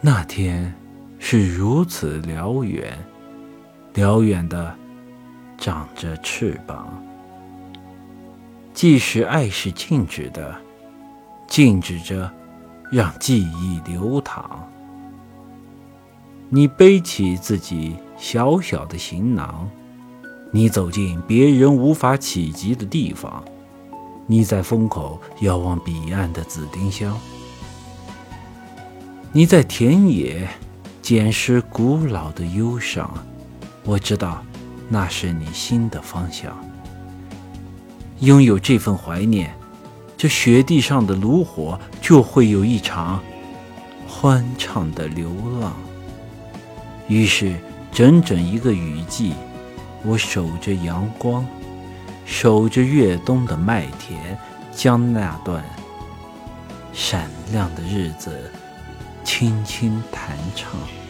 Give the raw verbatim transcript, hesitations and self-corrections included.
那天是如此辽远，辽远的长着翅膀。即使爱是静止的，静止着让记忆流淌。你背起自己小小的行囊，你走进别人无法企及的地方，你在风口遥望彼岸的紫丁香，你在田野捡拾古老的忧伤。我知道那是你心的方向。拥有这份怀念，这雪地上的炉火就会有一场欢畅的流浪。于是整整一个雨季，我守着阳光，守着越冬的麦田，将那段闪亮的日子轻轻弹唱。